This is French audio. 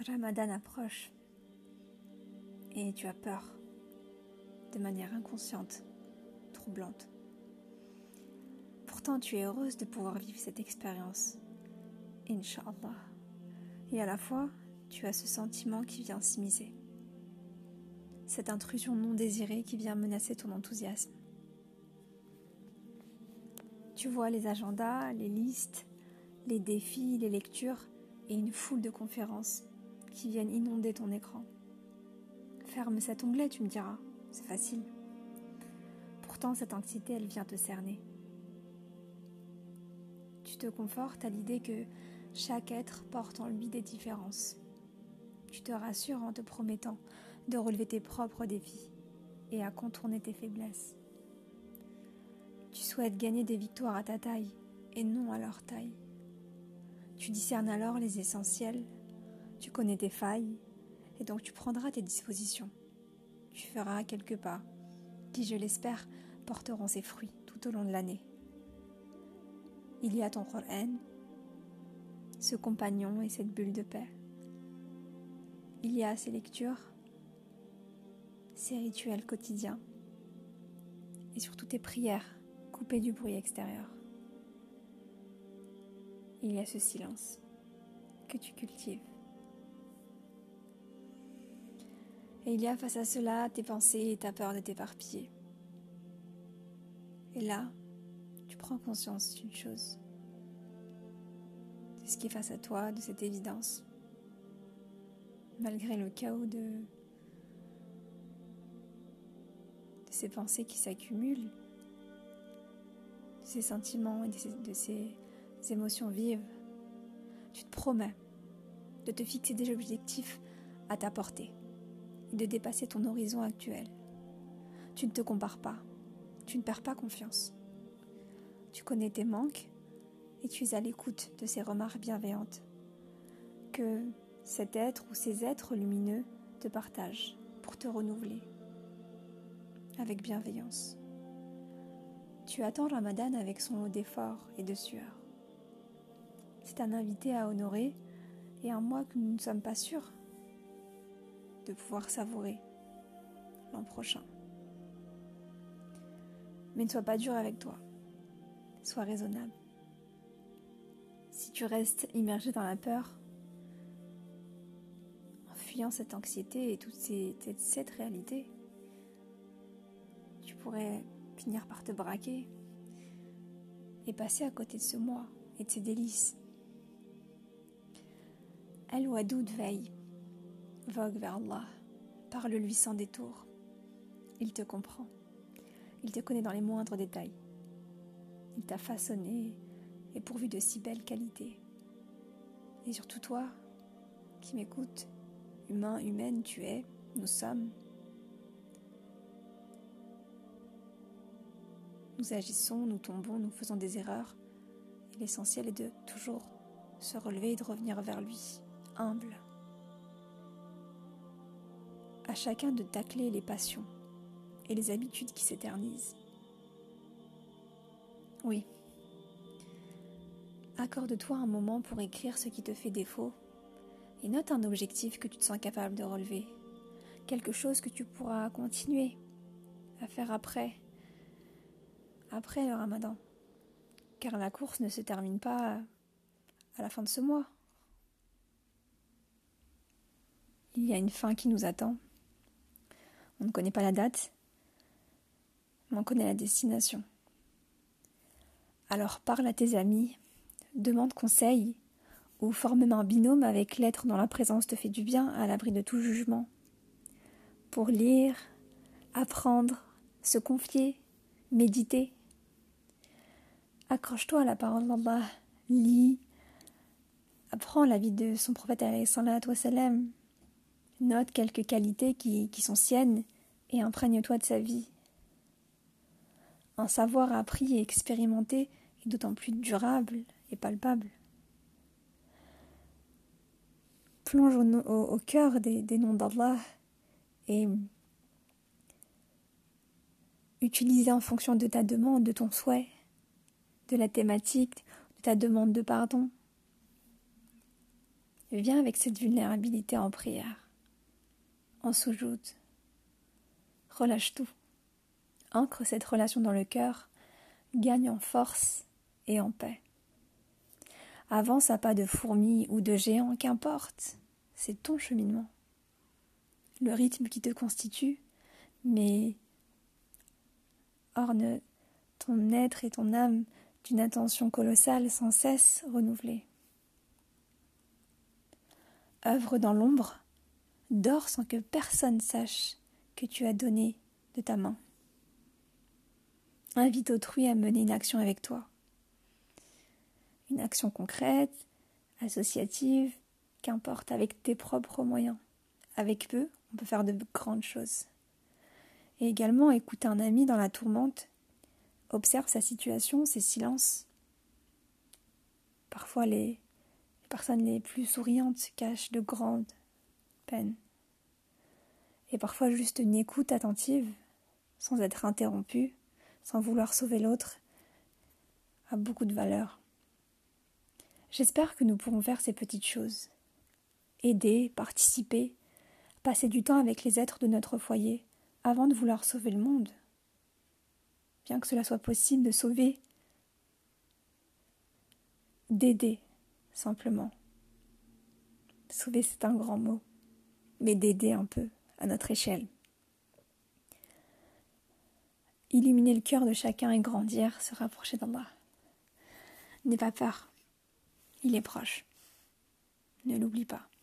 Ramadan approche et tu as peur, de manière inconsciente, troublante. Pourtant, tu es heureuse de pouvoir vivre cette expérience, Inch'Allah. Et à la fois, tu as ce sentiment qui vient s'immiscer. Cette intrusion non désirée qui vient menacer ton enthousiasme. Tu vois les agendas, les listes, les défis, les lectures et une foule de conférences qui viennent inonder ton écran. Ferme cet onglet, tu me diras, c'est facile. Pourtant, cette anxiété, elle vient te cerner. Tu te confortes à l'idée que chaque être porte en lui des différences. Tu te rassures en te promettant de relever tes propres défis et à contourner tes faiblesses. Tu souhaites gagner des victoires à ta taille et non à leur taille. Tu discernes alors les essentiels, tu connais tes failles et donc tu prendras tes dispositions. Tu feras quelques pas qui, je l'espère, porteront ses fruits tout au long de l'année. Il y a ton Coran, ce compagnon et cette bulle de paix. Il y a ces lectures, ces rituels quotidiens et surtout tes prières coupées du bruit extérieur. Il y a ce silence que tu cultives. Et il y a face à cela tes pensées et ta peur de t'éparpiller. Et là, tu prends conscience d'une chose, de ce qui est face à toi, de cette évidence. Malgré le chaos de ces pensées qui s'accumulent, de ces sentiments et de ces émotions vives, tu te promets de te fixer des objectifs à ta portée et de dépasser ton horizon actuel. Tu ne te compares pas, tu ne perds pas confiance. Tu connais tes manques et tu es à l'écoute de ces remarques bienveillantes que cet être ou ces êtres lumineux te partagent pour te renouveler avec bienveillance. Tu attends Ramadan avec son lot d'efforts et de sueur. C'est un invité à honorer et un mois que nous ne sommes pas sûrs de pouvoir savourer l'an prochain. Mais ne sois pas dur avec toi, sois raisonnable. Si tu restes immergé dans la peur, en fuyant cette anxiété et toute cette réalité, tu pourrais finir par te braquer et passer à côté de ce mois et de ses délices. Al-Wadoud veille, vogue vers Allah, parle-lui sans détour. Il te comprend, il te connaît dans les moindres détails. Il t'a façonné et pourvu de si belles qualités. Et surtout toi, qui m'écoutes, humain, humaine, tu es, nous sommes. Nous agissons, nous tombons, nous faisons des erreurs. Et l'essentiel est de toujours se relever et de revenir vers lui, humble. À chacun de tacler les passions et les habitudes qui s'éternisent. Oui. Accorde-toi un moment pour écrire ce qui te fait défaut et note un objectif que tu te sens capable de relever. Quelque chose que tu pourras continuer à faire après le Ramadan. Car la course ne se termine pas à la fin de ce mois. Il y a une fin qui nous attend. On ne connaît pas la date, mais on connaît la destination. Alors parle à tes amis, demande conseil ou forme un binôme avec l'être dont la présence te fait du bien à l'abri de tout jugement. Pour lire, apprendre, se confier, méditer. Accroche-toi à la parole d'Allah, lis, apprends la vie de son prophète alayhi salatu wassalam. Note quelques qualités qui sont siennes et imprègne-toi de sa vie. Un savoir appris et expérimenté est d'autant plus durable et palpable. Plonge au cœur des noms d'Allah et utilise en fonction de ta demande, de ton souhait, de la thématique, de ta demande de pardon. Viens avec cette vulnérabilité en prière, en soujoud. Relâche tout. Ancre cette relation dans le cœur, gagne en force et en paix. Avance à pas de fourmi ou de géant, qu'importe, c'est ton cheminement. Le rythme qui te constitue, mais orne ton être et ton âme d'une attention colossale sans cesse renouvelée. Œuvre dans l'ombre, dors sans que personne sache que tu as donné de ta main. Invite autrui à mener une action avec toi. Une action concrète, associative, qu'importe, avec tes propres moyens. Avec peu, on peut faire de grandes choses. Et également, écoute un ami dans la tourmente, observe sa situation, ses silences. Parfois, les personnes les plus souriantes cachent de grandes peines. Et parfois, juste une écoute attentive, sans être interrompue, sans vouloir sauver l'autre, a beaucoup de valeur. J'espère que nous pourrons faire ces petites choses. Aider, participer, passer du temps avec les êtres de notre foyer, avant de vouloir sauver le monde. Bien que cela soit possible de sauver, d'aider, simplement. Sauver, c'est un grand mot, mais d'aider un peu, à notre échelle. Illuminer le cœur de chacun et grandir, se rapprocher d'Allah. N'aie pas peur, il est proche. Ne l'oublie pas.